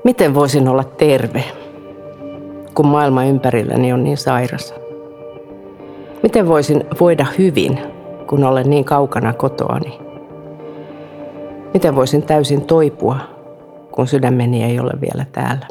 Miten voisin olla terve, kun maailma ympärilläni on niin sairas? Miten voisin voida hyvin, kun olen niin kaukana kotoani? Miten voisin täysin toipua, kun sydämeni ei ole vielä täällä?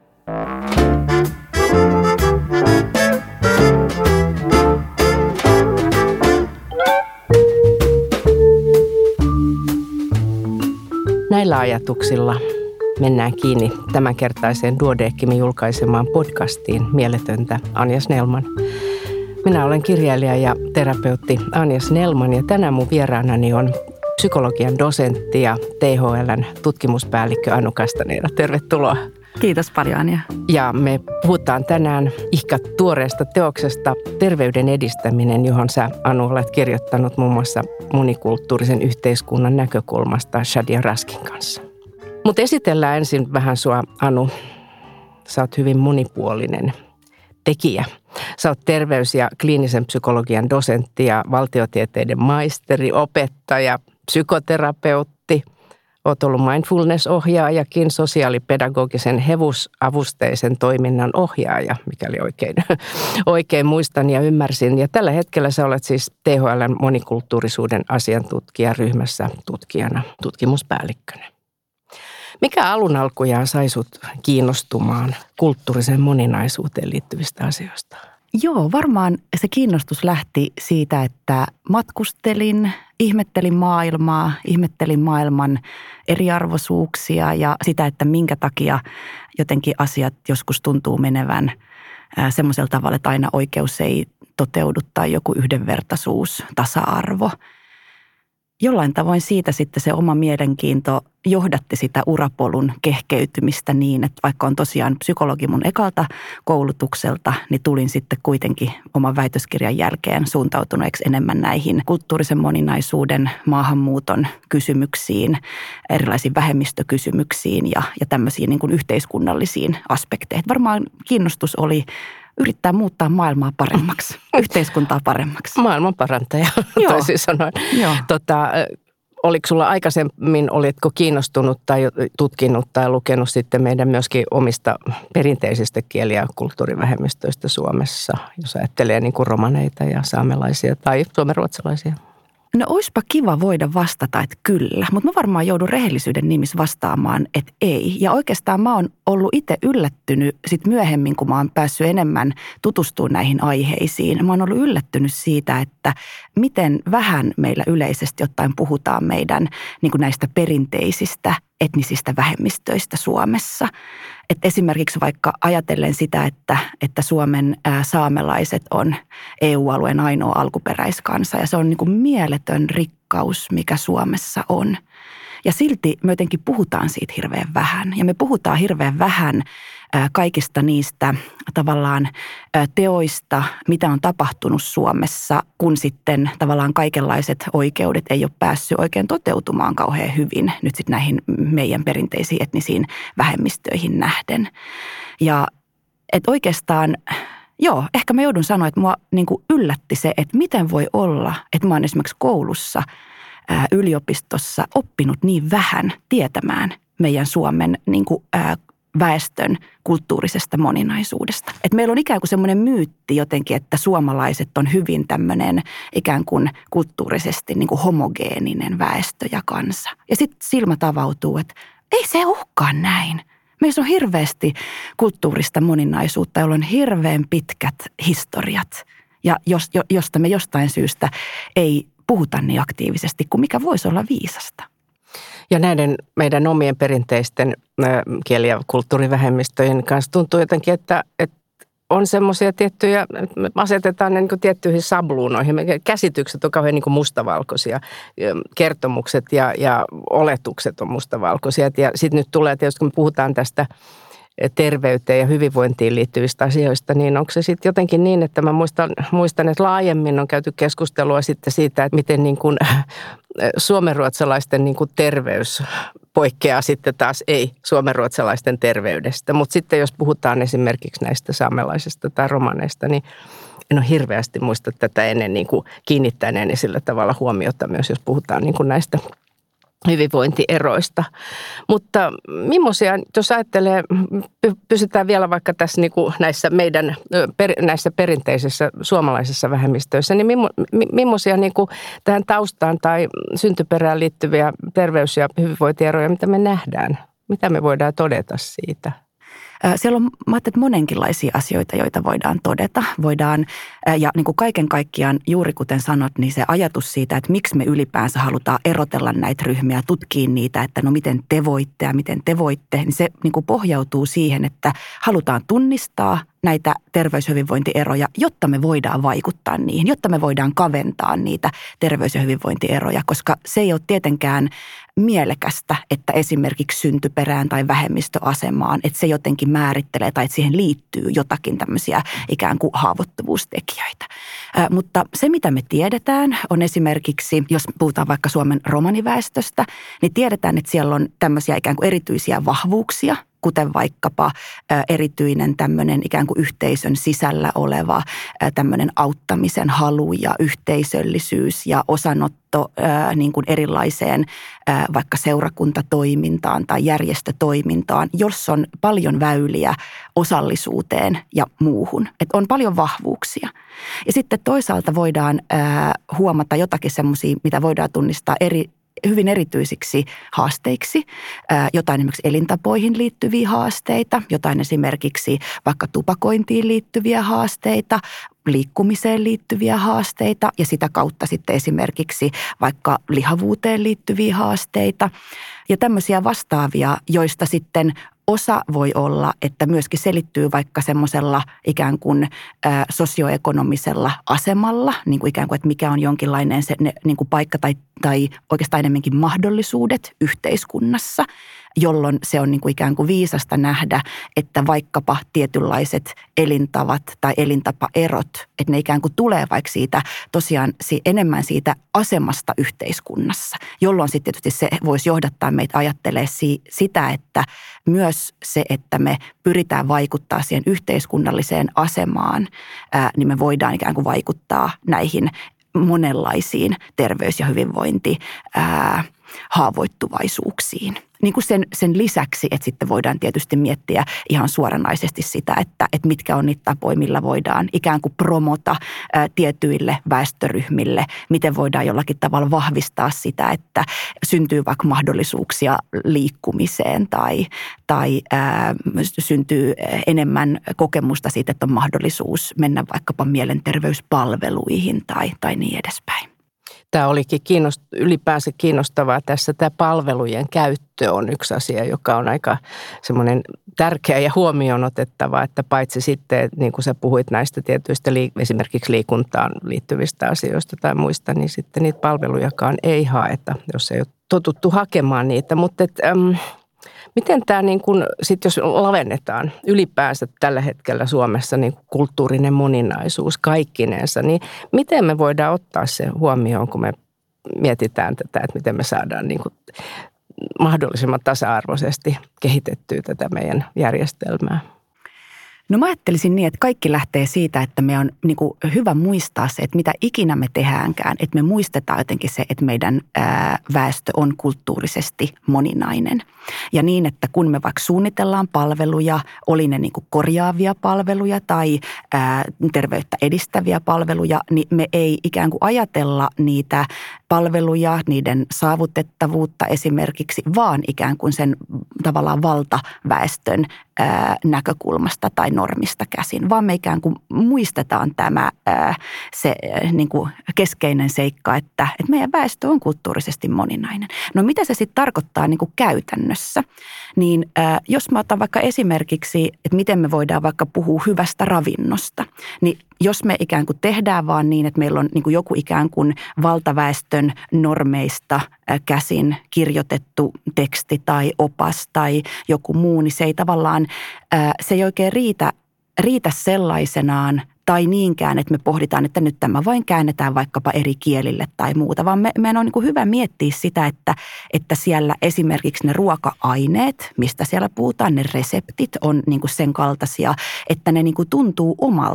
Näillä ajatuksilla mennään kiinni tämänkertaiseen Duodecimin julkaisemaan podcastiin Mieletöntä Anja Snellman. Minä olen kirjailija ja terapeutti Anja Snellman ja tänään mun vieraanani on psykologian dosentti ja THL:n tutkimuspäällikkö Anu Castaneda. Tervetuloa. Kiitos paljon, Anja. Ja me puhutaan tänään ihka tuoreesta teoksesta Terveyden edistäminen, johon sä, Anu, olet kirjoittanut muun muassa monikulttuurisen yhteiskunnan näkökulmasta Shadia Raskin kanssa. Mutta esitellään ensin vähän sua, Anu. Sä oot hyvin monipuolinen tekijä. Sä oot terveys- ja kliinisen psykologian dosentti ja valtiotieteiden maisteri, opettaja, psykoterapeutti. Oot ollut mindfulness-ohjaajakin, sosiaalipedagogisen hevusavusteisen toiminnan ohjaaja, mikäli oikein muistan ja ymmärsin. Ja tällä hetkellä sä olet siis THL:n monikulttuurisuuden asiantuntijaryhmässä tutkijana, tutkimuspäällikkönä. Mikä alun alkujaan sai sut kiinnostumaan kulttuurisen moninaisuuteen liittyvistä asioista? Joo, varmaan se kiinnostus lähti siitä, että matkustelin, ihmettelin maailmaa, ihmettelin maailman eriarvoisuuksia ja sitä, että minkä takia jotenkin asiat joskus tuntuu menevän semmoisella tavalla, että aina oikeus ei toteudu tai joku yhdenvertaisuus, tasa-arvo. Jollain tavoin siitä sitten se oma mielenkiinto johdatti sitä urapolun kehkeytymistä niin, että vaikka on tosiaan psykologi mun ekalta koulutukselta, niin tulin sitten kuitenkin oman väitöskirjan jälkeen suuntautuneeksi enemmän näihin kulttuurisen moninaisuuden, maahanmuuton kysymyksiin, erilaisiin vähemmistökysymyksiin ja tämmöisiin niin kuin yhteiskunnallisiin aspekteihin. Varmaan kiinnostus oli yrittää muuttaa maailmaa paremmaksi, yhteiskuntaa paremmaksi. Maailman parantaja, toisin sanoen. Oliko sulla aikaisemmin, olitko kiinnostunut tai tutkinut tai lukenut sitten meidän myöskin omista perinteisistä kieli- ja kulttuurivähemmistöistä Suomessa, jos ajattelee niin kuin romaneita ja saamelaisia tai suomenruotsalaisia? No oispa kiva voida vastata, että kyllä, mutta mä varmaan joudun rehellisyyden nimissä vastaamaan, että ei. Ja oikeastaan mä oon ollut itse yllättynyt sit myöhemmin, kun mä oon päässyt enemmän tutustumaan näihin aiheisiin. Mä oon ollut yllättynyt siitä, että miten vähän meillä yleisesti ottaen puhutaan meidän niin kuin näistä perinteisistä etnisistä vähemmistöistä Suomessa. Et esimerkiksi vaikka ajatellen sitä, että Suomen saamelaiset on EU-alueen ainoa alkuperäiskansa ja se on niin kuin mieletön rikkaus, mikä Suomessa on. Ja silti me jotenkin puhutaan siitä hirveän vähän ja me puhutaan hirveän vähän kaikista niistä tavallaan teoista, mitä on tapahtunut Suomessa, kun sitten tavallaan kaikenlaiset oikeudet ei ole päässyt oikein toteutumaan kauhean hyvin nyt sitten näihin meidän perinteisiin etnisiin vähemmistöihin nähden. Ja että oikeastaan, ehkä mä joudun sanoa, että mua niin kuin yllätti se, että miten voi olla, että mä oon esimerkiksi koulussa, yliopistossa oppinut niin vähän tietämään meidän Suomen niin kuin, väestön kulttuurisesta moninaisuudesta. Et meillä on ikään kuin semmoinen myytti jotenkin, että suomalaiset on hyvin tämmöinen ikään kuin kulttuurisesti niin kuin homogeeninen väestö ja kansa. Ja sitten silmät avautuu, että ei se olekaan näin. Meissä on hirveästi kulttuurista moninaisuutta, jolla on hirveän pitkät historiat ja josta me jostain syystä ei puhuta niin aktiivisesti kuin mikä voisi olla viisasta. Ja näiden meidän omien perinteisten kieli- ja kulttuurivähemmistöjen kanssa tuntuu jotenkin, että on semmoisia tiettyjä, me asetetaan ne niin kuin tiettyihin sabluunoihin. Käsitykset on kauhean niin kuin mustavalkoisia, kertomukset ja oletukset on mustavalkoisia. Ja sitten nyt tulee tietysti, kun me puhutaan tästä terveyteen ja hyvinvointiin liittyvistä asioista, niin onko se sitten jotenkin niin, että mä muistan, että laajemmin on käyty keskustelua sitten siitä, että miten niin kuin suomenruotsalaisten niin kuin terveys poikkeaa sitten taas ei suomenruotsalaisten terveydestä. Mutta sitten jos puhutaan esimerkiksi näistä saamelaisista tai romaneista, niin en ole hirveästi muista tätä ennen niin kuin kiinnittäneeni sillä tavalla huomiota myös, jos puhutaan niin kuin näistä hyvinvointieroista. Mutta millaisia, jos ajattelee, pysytään vielä vaikka tässä niin kuin näissä perinteisissä suomalaisissa vähemmistöissä, niin millaisia niin kuin tähän taustaan tai syntyperään liittyviä terveys- ja hyvinvointieroja, mitä me nähdään? Mitä me voidaan todeta siitä? Siellä on, mä ajattelen, monenkinlaisia asioita, joita voidaan todeta. Ja niin kuin kaiken kaikkiaan, juuri kuten sanot, niin se ajatus siitä, että miksi me ylipäänsä halutaan erotella näitä ryhmiä, tutkia niitä, että no miten te voitte ja miten te voitte, niin se niin kuin pohjautuu siihen, että halutaan tunnistaa näitä terveyshyvinvointieroja, jotta me voidaan vaikuttaa niihin, jotta me voidaan kaventaa niitä terveys- ja hyvinvointieroja, koska se ei ole tietenkään mielekästä, että esimerkiksi syntyperään tai vähemmistöasemaan, että se jotenkin määrittelee tai että siihen liittyy jotakin tämmöisiä ikään kuin haavoittuvuustekijöitä. Mutta se, mitä me tiedetään, on esimerkiksi, jos puhutaan vaikka Suomen romaniväestöstä, niin tiedetään, että siellä on tämmöisiä ikään kuin erityisiä vahvuuksia, kuten vaikkapa erityinen tämmöinen ikään kuin yhteisön sisällä oleva tämmöinen auttamisen halu ja yhteisöllisyys ja osanotto niin kuin erilaiseen vaikka seurakuntatoimintaan tai järjestötoimintaan, jos on paljon väyliä osallisuuteen ja muuhun. Että on paljon vahvuuksia. Ja sitten toisaalta voidaan huomata jotakin semmoisia, mitä voidaan tunnistaa hyvin erityisiksi haasteiksi, jotain esimerkiksi elintapoihin liittyviä haasteita, jotain esimerkiksi vaikka tupakointiin liittyviä haasteita, liikkumiseen liittyviä haasteita ja sitä kautta sitten esimerkiksi vaikka lihavuuteen liittyviä haasteita ja tämmöisiä vastaavia, joista sitten osa voi olla, että myöskin selittyy vaikka semmoisella ikään kuin sosioekonomisella asemalla, niin kuin ikään kuin, että mikä on jonkinlainen se niin kuin paikka tai oikeastaan enemmänkin mahdollisuudet yhteiskunnassa, jolloin se on niin kuin ikään kuin viisasta nähdä, että vaikkapa tietynlaiset elintavat tai elintapaerot, että ne ikään kuin tulee vaikka siitä tosiaan enemmän siitä asemasta yhteiskunnassa, jolloin sitten tietysti se voisi johdattaa meitä ajattelemaan sitä, että myös se, että me pyritään vaikuttaa siihen yhteiskunnalliseen asemaan, niin me voidaan ikään kuin vaikuttaa näihin monenlaisiin terveys- ja haavoittuvaisuuksiin. Niin kuin sen lisäksi, että sitten voidaan tietysti miettiä ihan suoranaisesti sitä, että mitkä on niitä tapoja, millä voidaan ikään kuin promota tietyille väestöryhmille, miten voidaan jollakin tavalla vahvistaa sitä, että syntyy vaikka mahdollisuuksia liikkumiseen tai syntyy enemmän kokemusta siitä, että on mahdollisuus mennä vaikkapa mielenterveyspalveluihin tai niin edespäin. Tämä olikin ylipäänsä kiinnostavaa tässä. Tämä palvelujen käyttö on yksi asia, joka on aika semmoinen tärkeä ja huomioon otettava, että paitsi sitten, niin kuin sä puhuit näistä tietyistä esimerkiksi liikuntaan liittyvistä asioista tai muista, niin sitten niitä palvelujakaan ei haeta, jos ei ole totuttu hakemaan niitä. Mutta miten tämä, niin kun, sit jos lavennetaan ylipäänsä tällä hetkellä Suomessa niin kulttuurinen moninaisuus kaikkinensa, niin miten me voidaan ottaa se huomioon, kun me mietitään tätä, että miten me saadaan niin kun mahdollisimman tasa-arvoisesti kehitettyä tätä meidän järjestelmää? No mä ajattelisin niin, että kaikki lähtee siitä, että me on niin kuin hyvä muistaa se, että mitä ikinä me tehdäänkään, että me muistetaan jotenkin se, että meidän väestö on kulttuurisesti moninainen. Ja niin, että kun me vaikka suunnitellaan palveluja, oli ne niin kuin korjaavia palveluja tai terveyttä edistäviä palveluja, niin me ei ikään kuin ajatella niitä palveluja, niiden saavutettavuutta esimerkiksi, vaan ikään kuin sen tavallaan valtaväestön näkökulmasta tai normista käsin, vaan me ikään kuin muistetaan tämä se niin kuin keskeinen seikka, että meidän väestö on kulttuurisesti moninainen. No mitä se sitten tarkoittaa niin kuin käytännössä? Niin jos mä otan vaikka esimerkiksi, että miten me voidaan vaikka puhua hyvästä ravinnosta, niin jos me ikään kuin tehdään vaan niin, että meillä on niin kuin joku ikään kuin valtaväestön normeista käsin kirjoitettu teksti tai opas tai joku muu, niin se ei tavallaan, se ei oikein riitä sellaisenaan tai niinkään, että me pohditaan, että nyt tämä vain käännetään vaikkapa eri kielille tai muuta, vaan meidän on niin kuin hyvä miettiä sitä, että siellä esimerkiksi ne ruoka-aineet, mistä siellä puhutaan, ne reseptit on niin kuin sen kaltaisia, että ne niin kuin tuntuu omalta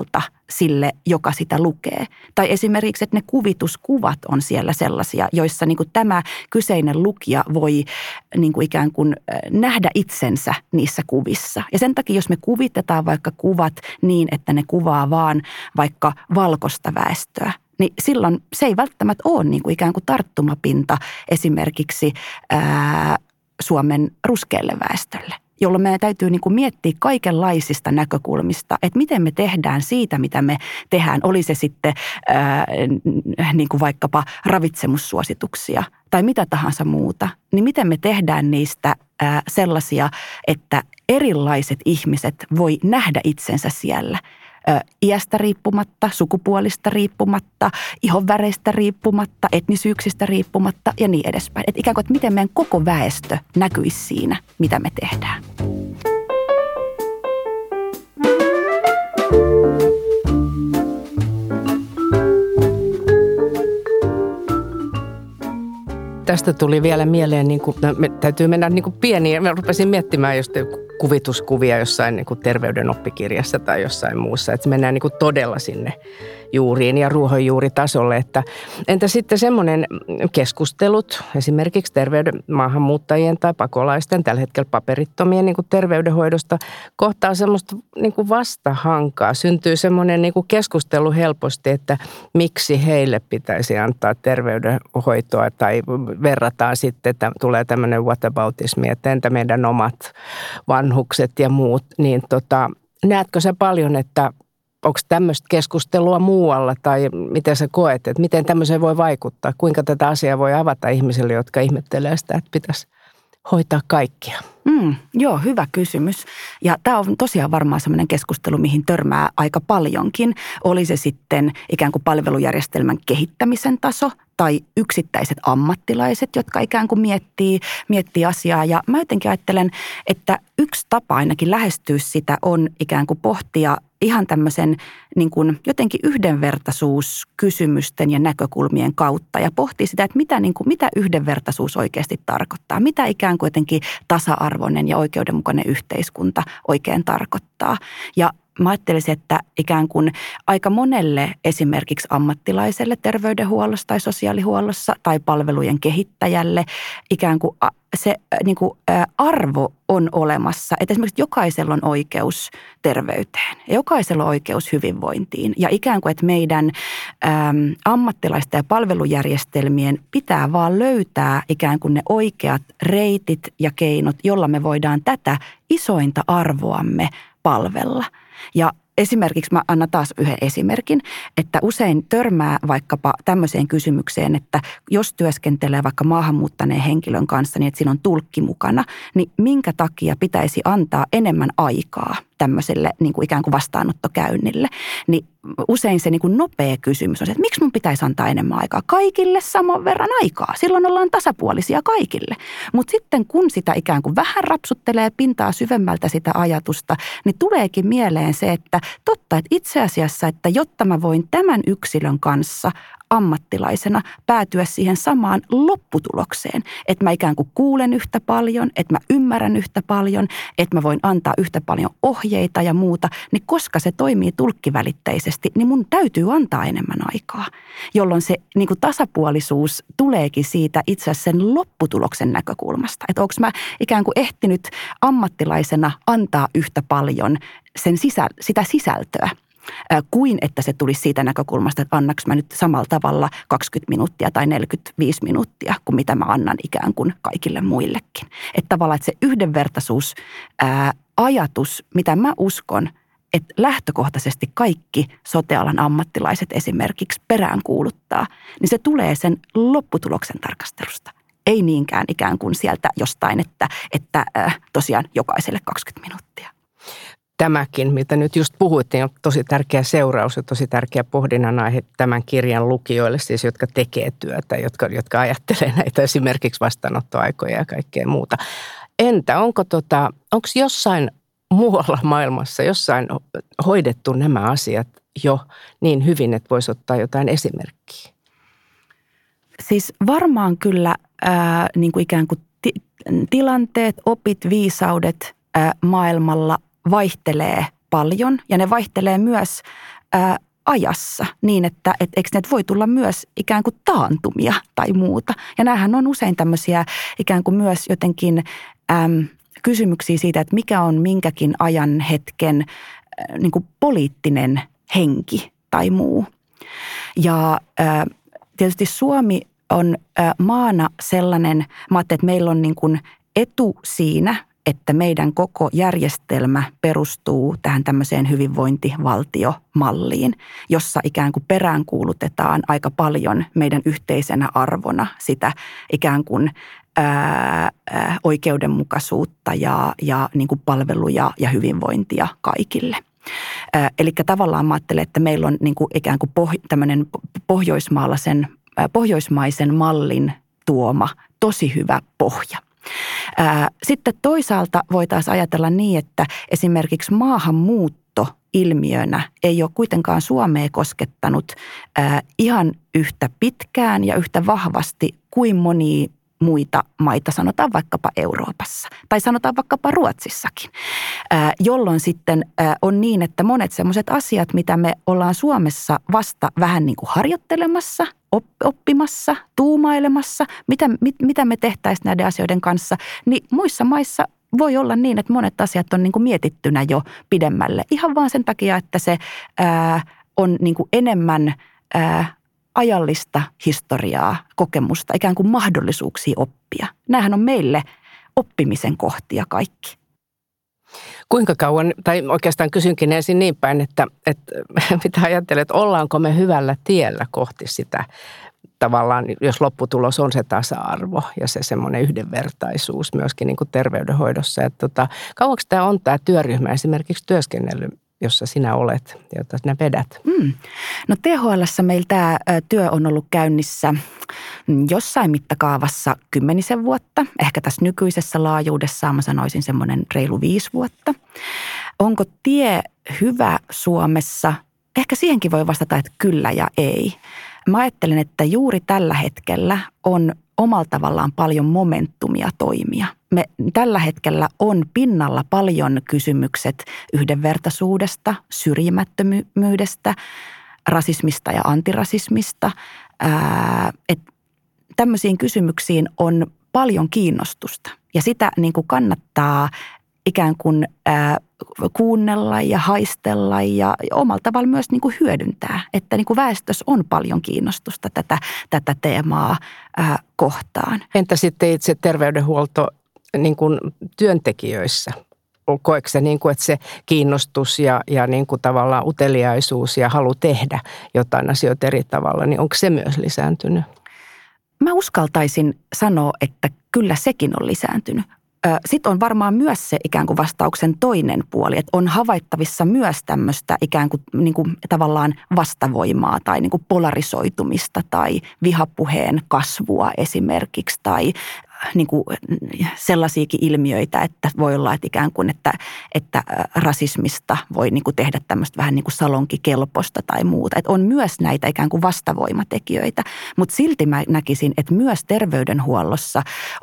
sille, joka sitä lukee. Tai esimerkiksi, että ne kuvituskuvat on siellä sellaisia, joissa niin kuin tämä kyseinen lukija voi niin kuin ikään kuin nähdä itsensä niissä kuvissa. Ja sen takia, jos me kuvitetaan vaikka kuvat niin, että ne kuvaa vaan vaikka valkoista väestöä, niin silloin se ei välttämättä ole niin kuin ikään kuin tarttumapinta esimerkiksi Suomen ruskealle väestölle, jolloin meidän täytyy niin kuin miettiä kaikenlaisista näkökulmista, että miten me tehdään siitä, mitä me tehdään. Oli se sitten niin kuin vaikkapa ravitsemussuosituksia tai mitä tahansa muuta, niin miten me tehdään niistä sellaisia, että erilaiset ihmiset voi nähdä itsensä siellä. Iästä riippumatta, sukupuolista riippumatta, ihonväreistä riippumatta, etnisyyksistä riippumatta ja niin edespäin. Että ikään kuin, että miten meidän koko väestö näkyisi siinä, mitä me tehdään. Tästä tuli vielä mieleen, niin kuin, me täytyy mennä niin kuin pieniin. Mä rupesin miettimään just kuvituskuvia jossain niin kuin terveyden oppikirjassa tai jossain muussa, että mennään niin kuin todella sinne juuriin ja ruohonjuuritasolle. Että entä sitten semmoinen keskustelut esimerkiksi terveyden maahanmuuttajien tai pakolaisten, tällä hetkellä paperittomien niin kuin terveydenhoidosta, kohtaa semmoista niin kuin vastahankaa. Syntyy semmoinen niin kuin keskustelu helposti, että miksi heille pitäisi antaa terveydenhoitoa tai verrataan sitten, että tulee tämmöinen whataboutismi, että entä meidän omat vanhukset ja muut, niin näetkö sä paljon, että onko tämmöistä keskustelua muualla tai miten sä koet, että miten tämmöiseen voi vaikuttaa? Kuinka tätä asiaa voi avata ihmisille, jotka ihmettelee sitä, että pitäisi hoitaa kaikkia? Joo, hyvä kysymys. Ja tämä on tosiaan varmaan semmoinen keskustelu, mihin törmää aika paljonkin. Oli se sitten ikään kuin palvelujärjestelmän kehittämisen taso tai yksittäiset ammattilaiset, jotka ikään kuin miettii asiaa. Ja mä jotenkin ajattelen, että yksi tapa ainakin lähestyä sitä on ikään kuin pohtia ihan tämmöisen niin kuin jotenkin yhdenvertaisuuskysymysten ja näkökulmien kautta ja pohtii sitä, että mitä yhdenvertaisuus oikeasti tarkoittaa, mitä ikään kuin jotenkin tasa-arvoinen ja oikeudenmukainen yhteiskunta oikein tarkoittaa. Ja mä ajattelisin, että ikään kuin aika monelle esimerkiksi ammattilaiselle terveydenhuollossa tai sosiaalihuollossa tai palvelujen kehittäjälle ikään kuin se niin kuin arvo on olemassa, että esimerkiksi jokaisella on oikeus terveyteen ja jokaisella on oikeus hyvinvointiin ja ikään kuin, että meidän ammattilaisten ja palvelujärjestelmien pitää vaan löytää ikään kuin ne oikeat reitit ja keinot, jolla me voidaan tätä isointa arvoamme palvella. Ja esimerkiksi mä annan taas yhden esimerkin, että usein törmää vaikkapa tämmöiseen kysymykseen, että jos työskentelee vaikka maahanmuuttaneen henkilön kanssa niin, että siinä on tulkki mukana, niin minkä takia pitäisi antaa enemmän aikaa tämmöiselle niin kuin ikään kuin vastaanottokäynnille. Niin usein se niin kuin nopea kysymys on se, että miksi mun pitäisi antaa enemmän aikaa? Kaikille saman verran aikaa. Silloin ollaan tasapuolisia kaikille. Mutta sitten kun sitä ikään kuin vähän rapsuttelee pintaa syvemmältä sitä ajatusta, niin tuleekin mieleen se, että totta, että itse asiassa, että jotta mä voin tämän yksilön kanssa ammattilaisena päätyä siihen samaan lopputulokseen, että mä ikään kuin kuulen yhtä paljon, että mä ymmärrän yhtä paljon, että mä voin antaa yhtä paljon ohjeita ja muuta, niin koska se toimii tulkkivälitteisesti, niin mun täytyy antaa enemmän aikaa, jolloin se niin kuin tasapuolisuus tuleekin siitä itse asiassa sen lopputuloksen näkökulmasta, että onko mä ikään kuin ehtinyt ammattilaisena antaa yhtä paljon sitä sisältöä, kuin että se tulisi siitä näkökulmasta, että annaks mä nyt samalla tavalla 20 minuuttia tai 45 minuuttia, kuin mitä mä annan ikään kuin kaikille muillekin. Että tavallaan, että se yhdenvertaisuusajatus, mitä mä uskon, että lähtökohtaisesti kaikki sote-alan ammattilaiset esimerkiksi peräänkuuluttaa, niin se tulee sen lopputuloksen tarkastelusta. Ei niinkään ikään kuin sieltä jostain, että tosiaan jokaiselle 20 minuuttia. Tämäkin, mitä nyt just puhuttiin, on tosi tärkeä seuraus ja tosi tärkeä pohdinnan aihe tämän kirjan lukijoille, siis jotka tekee työtä, jotka ajattelee näitä esimerkiksi vastaanottoaikoja ja kaikkea muuta. Entä onko jossain muualla maailmassa, jossain hoidettu nämä asiat jo niin hyvin, että voisi ottaa jotain esimerkkiä? Siis varmaan kyllä niin kuin ikään kuin tilanteet, opit, viisaudet maailmalla vaihtelee paljon ja ne vaihtelee myös ajassa niin, että eikö ne voi tulla myös ikään kuin taantumia tai muuta. Ja näähän on usein tämmöisiä ikään kuin myös jotenkin kysymyksiä siitä, että mikä on minkäkin ajan hetken niin kuin poliittinen henki tai muu. Ja tietysti Suomi on maana sellainen, mä ajattelin, että meillä on niin kuin etu siinä, että meidän koko järjestelmä perustuu tähän tämmöiseen hyvinvointivaltiomalliin, jossa ikään kuin peräänkuulutetaan aika paljon meidän yhteisenä arvona sitä ikään kuin oikeudenmukaisuutta ja niin kuin palveluja ja hyvinvointia kaikille. Eli tavallaan mä ajattelen, että meillä on niin kuin ikään kuin tämmöinen pohjoismaisen mallin tuoma tosi hyvä pohja. Sitten toisaalta voitaisiin ajatella niin, että esimerkiksi maahanmuutto ilmiönä ei ole kuitenkaan Suomea koskettanut ihan yhtä pitkään ja yhtä vahvasti kuin monia muita maita, sanotaan vaikkapa Euroopassa tai sanotaan vaikkapa Ruotsissakin, jolloin sitten on niin, että monet sellaiset asiat, mitä me ollaan Suomessa vasta vähän niin kuin harjoittelemassa, oppimassa, tuumailemassa, mitä me tehtäisiin näiden asioiden kanssa, niin muissa maissa voi olla niin, että monet asiat on niin kuin mietittynä jo pidemmälle. Ihan vaan sen takia, että se on niin kuin enemmän ajallista historiaa, kokemusta, ikään kuin mahdollisuuksia oppia. Nämähän on meille oppimisen kohtia kaikki. Kuinka kauan, tai oikeastaan kysynkin ensin niin päin, että mitä ajattelet, ollaanko me hyvällä tiellä kohti sitä tavallaan, jos lopputulos on se tasa-arvo ja se semmoinen yhdenvertaisuus myöskin niin kuin terveydenhoidossa. Että kauanko tämä työryhmä esimerkiksi työskennellyt, jossa sinä olet, jota sinä vedät? No THL:ssä meillä tämä työ on ollut käynnissä jossain mittakaavassa 10 vuotta. Ehkä tässä nykyisessä laajuudessaan mä sanoisin semmoinen reilu 5 vuotta. Onko tie hyvä Suomessa? Ehkä siihenkin voi vastata, että kyllä ja ei. Mä ajattelen, että juuri tällä hetkellä on omalla tavallaan paljon momentumia toimia. Me tällä hetkellä on pinnalla paljon kysymykset yhdenvertaisuudesta, syrjimättömyydestä, rasismista ja antirasismista. Tämmöisiin kysymyksiin on paljon kiinnostusta ja sitä niin kuin kannattaa ikään kuin kuunnella ja haistella ja omalla tavalla myös niin kuin hyödyntää, että niin kuin väestössä on paljon kiinnostusta tätä teemaa kohtaan. Entä sitten itse terveydenhuolto niin kuin työntekijöissä? Koetko se, niin kuin, että se kiinnostus ja niin kuin tavallaan uteliaisuus ja halu tehdä jotain asioita eri tavalla, niin onko se myös lisääntynyt? Mä uskaltaisin sanoa, että kyllä sekin on lisääntynyt. Sitten on varmaan myös se ikään kuin vastauksen toinen puoli, että on havaittavissa myös tämmöistä ikään kuin, niin kuin tavallaan vastavoimaa tai niin kuin polarisoitumista tai vihapuheen kasvua esimerkiksi tai niin kuin sellaisiakin ilmiöitä, että voi olla, että ikään kuin, että rasismista voi niin kuin tehdä tämmöistä vähän niin kuin salonkikelpoista tai muuta. Että on myös näitä ikään kuin vastavoimatekijöitä, mutta silti mä näkisin, että myös terveydenhuollossa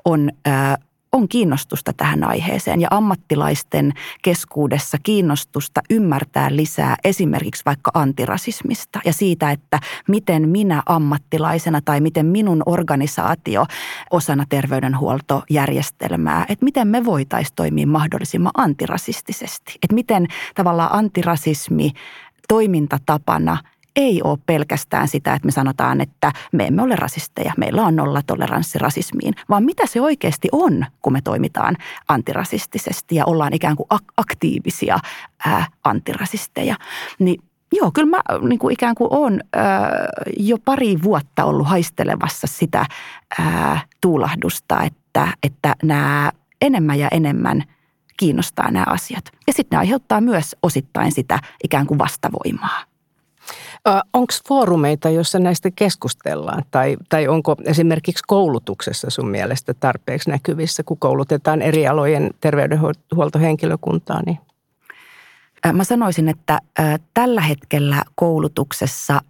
on kiinnostusta tähän aiheeseen ja ammattilaisten keskuudessa kiinnostusta ymmärtää lisää esimerkiksi vaikka antirasismista ja siitä, että miten minä ammattilaisena tai miten minun organisaatio osana terveydenhuoltojärjestelmää, että miten me voitaisiin toimia mahdollisimman antirasistisesti. Että miten tavallaan antirasismi toimintatapana ei ole pelkästään sitä, että me sanotaan, että me emme ole rasisteja, meillä on nollatoleranssi rasismiin, vaan mitä se oikeasti on, kun me toimitaan antirasistisesti ja ollaan ikään kuin aktiivisia antirasisteja. Niin joo, kyllä mä niin kuin ikään kuin olen jo pari vuotta ollut haistelemassa sitä tuulahdusta, että nämä enemmän ja enemmän kiinnostaa nämä asiat. Ja sitten ne aiheuttaa myös osittain sitä ikään kuin vastavoimaa. Onko foorumeita, joissa näistä keskustellaan tai onko esimerkiksi koulutuksessa sun mielestä tarpeeksi näkyvissä, kun koulutetaan eri alojen terveydenhuoltohenkilökuntaa? Niin? Mä sanoisin, että tällä hetkellä koulutuksessa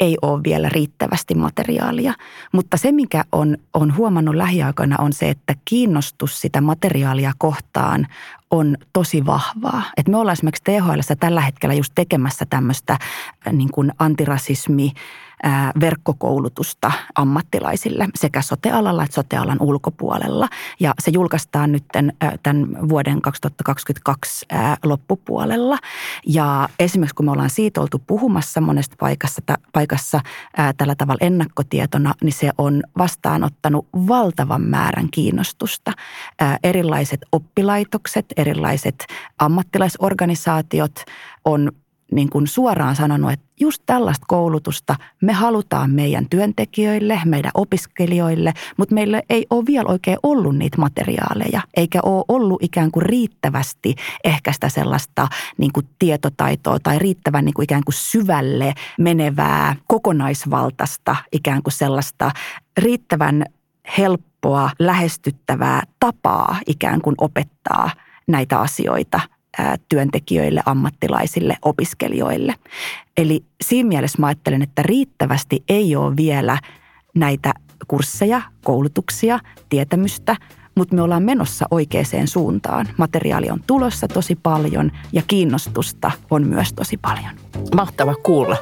ei ole vielä riittävästi materiaalia. Mutta se, mikä on huomannut lähiaikoina, on se, että kiinnostus sitä materiaalia kohtaan on tosi vahvaa. Et me ollaan esimerkiksi THL:ssä tällä hetkellä just tekemässä tämmöistä niin kuin antirasismi verkkokoulutusta ammattilaisille sekä sote-alalla että sote-alan ulkopuolella. Ja se julkaistaan nyt tämän vuoden 2022 loppupuolella. Ja esimerkiksi kun me ollaan siitä oltu puhumassa monesta paikassa tällä tavalla ennakkotietona, niin se on vastaanottanut valtavan määrän kiinnostusta. Erilaiset oppilaitokset, erilaiset ammattilaisorganisaatiot on niin kuin suoraan sanonut, että just tällaista koulutusta me halutaan meidän työntekijöille, meidän opiskelijoille, mutta meillä ei ole vielä oikein ollut niitä materiaaleja, eikä ole ollut ikään kuin riittävästi ehkä sitä sellaista niin kuin tietotaitoa tai riittävän niin kuin ikään kuin syvälle menevää, kokonaisvaltaista ikään kuin sellaista riittävän helppoa, lähestyttävää tapaa ikään kuin opettaa näitä asioita työntekijöille, ammattilaisille, opiskelijoille. Eli siinä mielessä mä ajattelen, että riittävästi ei ole vielä näitä kursseja, koulutuksia, tietämystä, mutta me ollaan menossa oikeaan suuntaan. Materiaali on tulossa tosi paljon ja kiinnostusta on myös tosi paljon. Mahtava kuulla.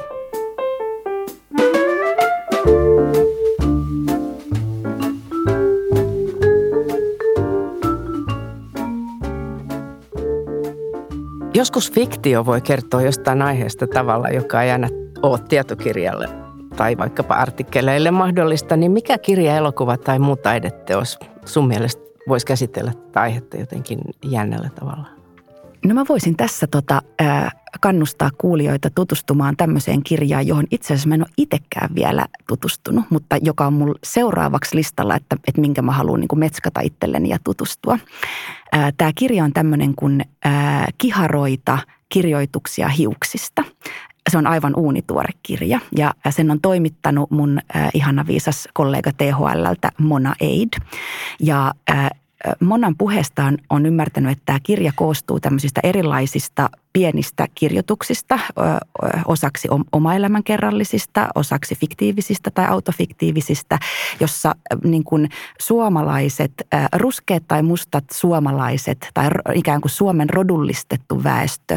Joskus fiktio voi kertoa jostain aiheesta tavalla, joka ei aina ole tietokirjalle tai vaikkapa artikkeleille mahdollista, niin mikä kirja, elokuva tai muu taideteos sun mielestä voisi käsitellä tätä aihetta jotenkin jännällä tavalla? No mä voisin tässä kannustaa kuulijoita tutustumaan tämmöiseen kirjaan, johon itse asiassa mä en ole itsekään vielä tutustunut, mutta joka on mulla seuraavaksi listalla, että minkä mä haluan niin kuin metskata itselleni ja tutustua. Tämä kirja on tämmöinen kuin Kiharoita, kirjoituksia hiuksista. Se on aivan uunituore kirja ja sen on toimittanut mun ihana viisas kollega THL:ltä Mona Eid. Ja Monan puheestaan on ymmärtänyt, että tämä kirja koostuu tämmöisistä erilaisista pienistä kirjoituksista, osaksi omaelämänkerrallisista, osaksi fiktiivisistä tai autofiktiivisista, jossa niin kuin suomalaiset, ruskeat tai mustat suomalaiset tai ikään kuin Suomen rodullistettu väestö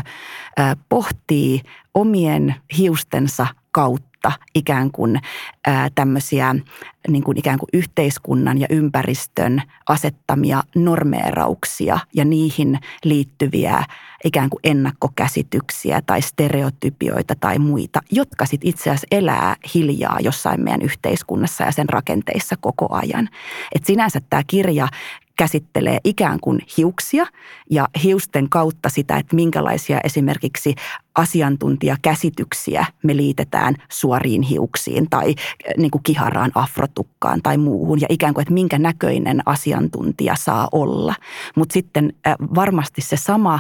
pohtii omien hiustensa kautta ikään kuin tämmöisiä niin kuin ikään kuin yhteiskunnan ja ympäristön asettamia normeerauksia ja niihin liittyviä ikään kuin ennakkokäsityksiä tai stereotypioita tai muita, jotka sitten itse asiassa elää hiljaa jossain meidän yhteiskunnassa ja sen rakenteissa koko ajan. Et sinänsä tämä kirja käsittelee ikään kuin hiuksia ja hiusten kautta sitä, että minkälaisia esimerkiksi asiantuntijakäsityksiä me liitetään suoriin hiuksiin tai niin kuin kiharaan, afrotukkaan tai muuhun ja ikään kuin, että minkä näköinen asiantuntija saa olla. Mutta sitten varmasti se sama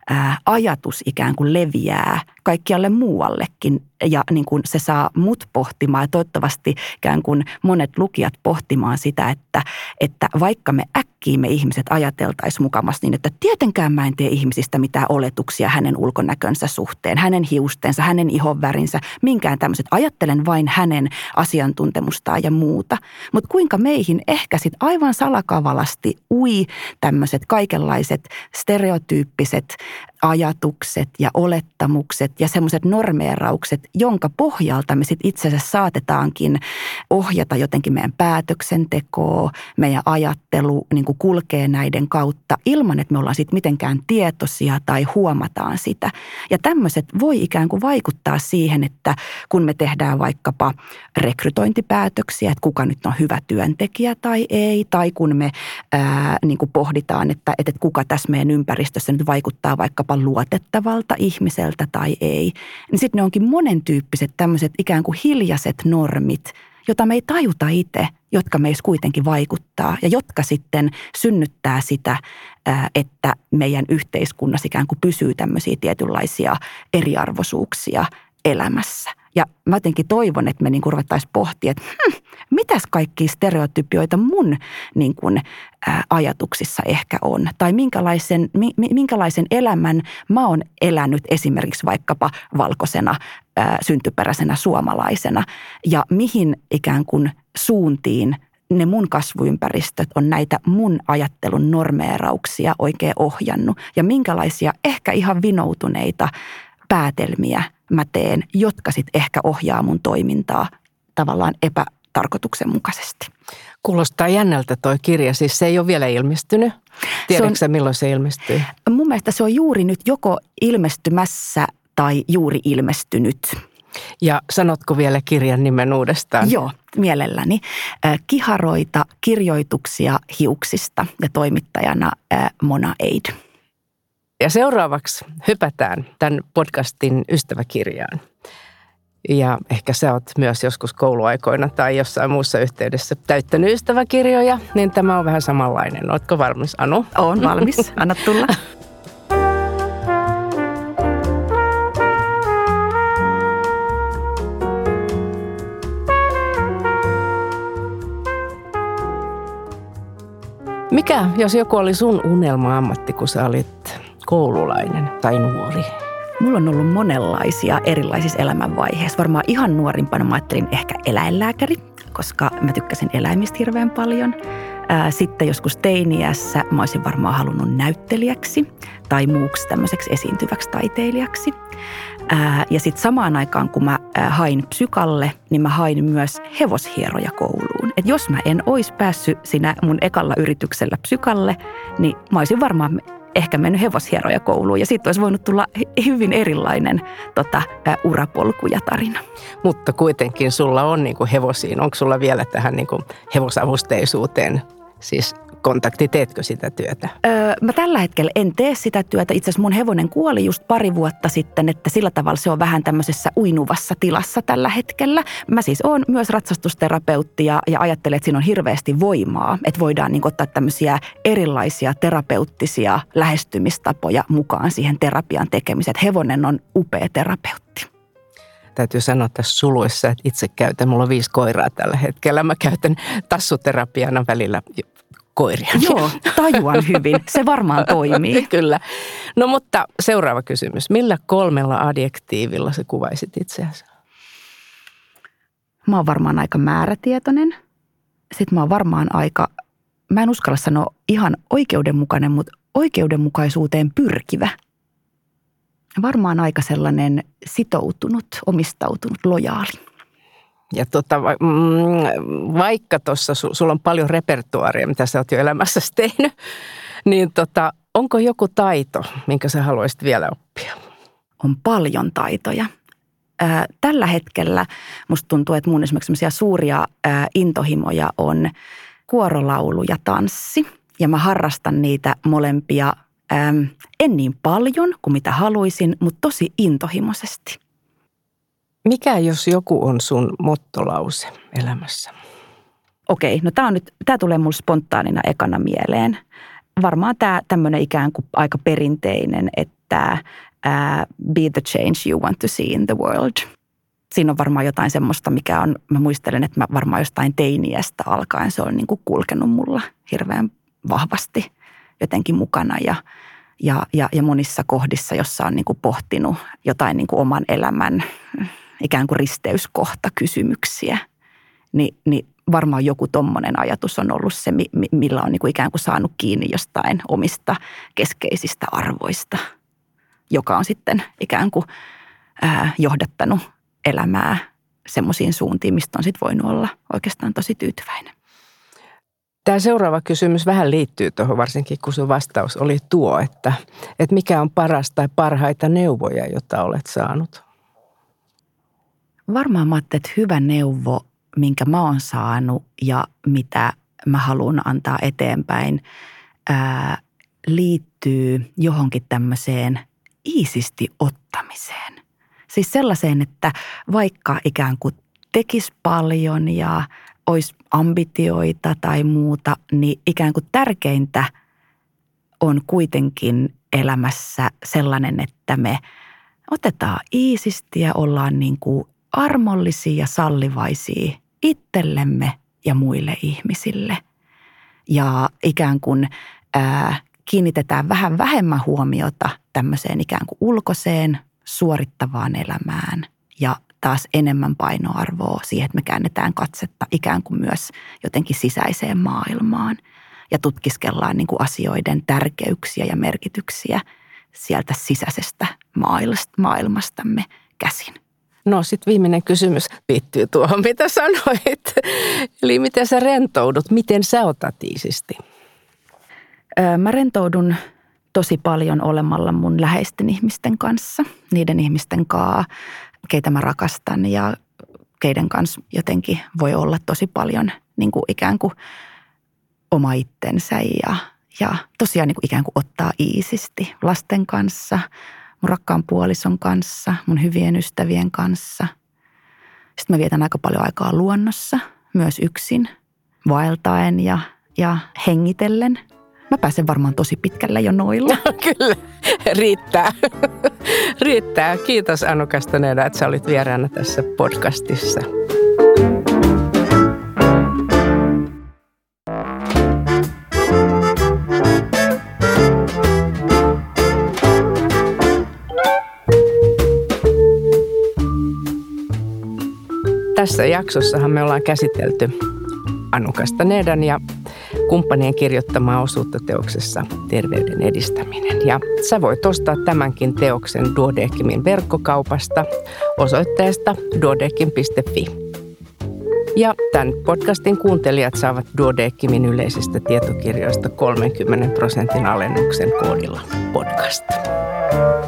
ajatus ikään kuin leviää kaikkialle muuallekin ja niin kuin se saa mut pohtimaan ja toivottavasti ikään kuin monet lukijat pohtimaan sitä, että vaikka me ihmiset ajateltaisiin mukamassa niin, että tietenkään mä en tee ihmisistä mitään oletuksia hänen ulkonäkönsä suhteen, hänen hiustensa, hänen ihonvärinsä, minkään tämmöiset. Ajattelen vain hänen asiantuntemustaan ja muuta. Mutta kuinka meihin ehkä sitten aivan salakavalasti ui tämmöiset kaikenlaiset stereotyyppiset ajatukset ja olettamukset ja semmoiset normeeraukset, jonka pohjalta me sitten itse asiassa saatetaankin ohjata jotenkin meidän päätöksentekoa, meidän ajattelu niin kuin kulkee näiden kautta ilman, että me ollaan sitten mitenkään tietoisia tai huomataan sitä. Ja tämmöiset voi ikään kuin vaikuttaa siihen, että kun me tehdään vaikkapa rekrytointipäätöksiä, että kuka nyt on hyvä työntekijä tai ei, tai kun me niin kuin pohditaan, että kuka tässä meidän ympäristössä nyt vaikuttaa vaikkapa luotettavalta ihmiseltä tai ei, niin sitten ne onkin monentyyppiset tämmöiset ikään kuin hiljaiset normit, jota me ei tajuta itse, jotka meissä kuitenkin vaikuttaa ja jotka sitten synnyttää sitä, että meidän yhteiskunnassa ikään kuin pysyy tämmöisiä tietynlaisia eriarvoisuuksia elämässä. Ja mä jotenkin toivon, että me niin kuin ruvettaisiin pohtia, että mitäs kaikkia stereotypioita mun niin kuin, ajatuksissa ehkä on. Tai minkälaisen elämän mä oon elänyt esimerkiksi vaikkapa valkoisena, syntyperäisenä suomalaisena. Ja mihin ikään kuin suuntiin ne mun kasvuympäristöt on näitä mun ajattelun normeerauksia oikein ohjannut. Ja minkälaisia ehkä ihan vinoutuneita päätelmiä mä teen, jotka sitten ehkä ohjaa mun toimintaa tavallaan epätarkoituksenmukaisesti. Kuulostaa jännältä toi kirja, siis se ei ole vielä ilmestynyt. Tiedätkö sä, milloin se ilmestyy? Mun mielestä se on juuri nyt joko ilmestymässä tai juuri ilmestynyt. Ja sanotko vielä kirjan nimen uudestaan? Joo, mielelläni. Kiharoita kirjoituksia hiuksista ja toimittajana Mona Eid. Ja seuraavaksi hypätään tämän podcastin ystäväkirjaan. Ja ehkä sä oot myös joskus kouluaikoina tai jossain muussa yhteydessä täyttänyt ystäväkirjoja, niin tämä on vähän samanlainen. Ootko valmis, Anu? Oon valmis. Anna tulla. Mikä, jos joku oli sun unelma-ammatti, kun sä olit koululainen tai nuori? Mulla on ollut monenlaisia erilaisissa elämänvaiheissa. Varmaan ihan nuorimpana mä ajattelin ehkä eläinlääkäri, koska mä tykkäsin eläimistä hirveän paljon. Sitten joskus teiniässä mä olisin varmaan halunnut näyttelijäksi tai muuksi tämmöiseksi esiintyväksi taiteilijaksi. Ja sitten samaan aikaan, kun mä hain psykalle, niin mä hain myös hevoshieroja kouluun. Et jos mä en olisi päässyt siinä mun ekalla yrityksellä psykalle, niin mä olisin varmaan ehkä mennyt hevoshieroja kouluun. Ja siitä olisi voinut tulla hyvin erilainen urapolku ja tarina. Mutta kuitenkin sulla on niin kuin hevosiin. Onko sulla vielä tähän niin kuin hevosavusteisuuteen siis kontakti, teetkö sitä työtä? Mä tällä hetkellä en tee sitä työtä. Itse asiassa mun hevonen kuoli just pari vuotta sitten, että sillä tavalla se on vähän tämmöisessä uinuvassa tilassa tällä hetkellä. Mä siis oon myös ratsastusterapeutti ja ajattelen, että siinä on hirveästi voimaa, että voidaan niin ottaa tämmöisiä erilaisia terapeuttisia lähestymistapoja mukaan siihen terapian tekemiseen. Että hevonen on upea terapeutti. Täytyy sanoa tässä suluissa, että itse käytän, mulla on 5 koiraa tällä hetkellä. Mä käytän tassuterapiana välillä koiria. Joo, tajuan hyvin. Se varmaan toimii. Kyllä. No mutta seuraava kysymys. Millä 3 adjektiivilla sä kuvaisit itseäsi? Mä oon varmaan aika määrätietoinen. Sitten mä oon varmaan mä en uskalla sanoa ihan oikeudenmukainen, mutta oikeudenmukaisuuteen pyrkivä. Varmaan aika sellainen sitoutunut, omistautunut, lojaali. Ja vaikka tuossa sulla on paljon repertuaaria, mitä sä oot jo elämässäsi tehnyt, niin onko joku taito, minkä sä haluaisit vielä oppia? On paljon taitoja. Tällä hetkellä musta tuntuu, että mun esimerkiksi sellaisia suuria intohimoja on kuorolaulu ja tanssi. Ja mä harrastan niitä molempia en niin paljon kuin mitä haluaisin, mutta tosi intohimoisesti. Mikä jos joku on sun mottolause elämässä? Okei, no tää tulee mulle spontaanina ekana mieleen. Varmaan tää tämmönen ikään kuin aika perinteinen, että be the change you want to see in the world. Siinä on varmaan jotain semmoista, mikä on, mä muistelen, että mä varmaan jostain teiniästä alkaen se on niin kuin kulkenut mulla hirveän vahvasti jotenkin mukana ja monissa kohdissa, jossa on niin kuin pohtinut jotain niin kuin oman elämän ikään kuin risteyskohta-kysymyksiä, niin varmaan joku tommonen ajatus on ollut se, millä on niin kuin ikään kuin saanut kiinni jostain omista keskeisistä arvoista, joka on sitten ikään kuin johdattanut elämää semmoisiin suuntiin, mistä on sitten voinut olla oikeastaan tosi tyytyväinen. Tämä seuraava kysymys vähän liittyy tuohon, varsinkin kun sun vastaus oli tuo, että mikä on paras tai parhaita neuvoja, joita olet saanut? Varmaan mä ajattelin, että hyvä neuvo, minkä mä oon saanut ja mitä mä haluan antaa eteenpäin, liittyy johonkin tämmöiseen iisisti ottamiseen. Siis sellaiseen, että vaikka ikään kuin tekisi paljon ja olisi ambitioita tai muuta, niin ikään kuin tärkeintä on kuitenkin elämässä sellainen, että me otetaan iisisti ja ollaan niin kuin armollisia ja sallivaisia itsellemme ja muille ihmisille. Ja ikään kuin kiinnitetään vähän vähemmän huomiota tämmöiseen ikään kuin ulkoiseen, suorittavaan elämään ja taas enemmän painoarvoa siihen, että me käännetään katsetta ikään kuin myös jotenkin sisäiseen maailmaan ja tutkiskellaan niin kuin asioiden tärkeyksiä ja merkityksiä sieltä sisäisestä maailmastamme käsin. No sitten viimeinen kysymys liittyy tuohon, mitä sanoit. Eli miten sä rentoudut, miten sä otat iisisti? Mä rentoudun tosi paljon olemalla mun läheisten ihmisten kanssa, niiden ihmisten kanssa, keitä mä rakastan ja keiden kanssa jotenkin voi olla tosi paljon niin kuin ikään kuin oma itsensä ja tosiaan niin kuin ikään kuin ottaa iisisti lasten kanssa, mun rakkaan puolison kanssa, mun hyvien ystävien kanssa. Sitten mä vietän aika paljon aikaa luonnossa, myös yksin, vaeltaen ja hengitellen. Mä pääsen varmaan tosi pitkälle jo noilla. Kyllä, riittää. Riittää. Kiitos Anu Castaneda, että sä olit vieraana tässä podcastissa. Tässä jaksossahan me ollaan käsitelty Anu Castanedan ja kumppanien kirjoittamaa osuutta teoksessa Terveyden edistäminen. Ja sä voit ostaa tämänkin teoksen Duodecimin verkkokaupasta osoitteesta duodecim.fi. Ja tämän podcastin kuuntelijat saavat Duodecimin yleisistä tietokirjoista 30% alennuksen koodilla podcast.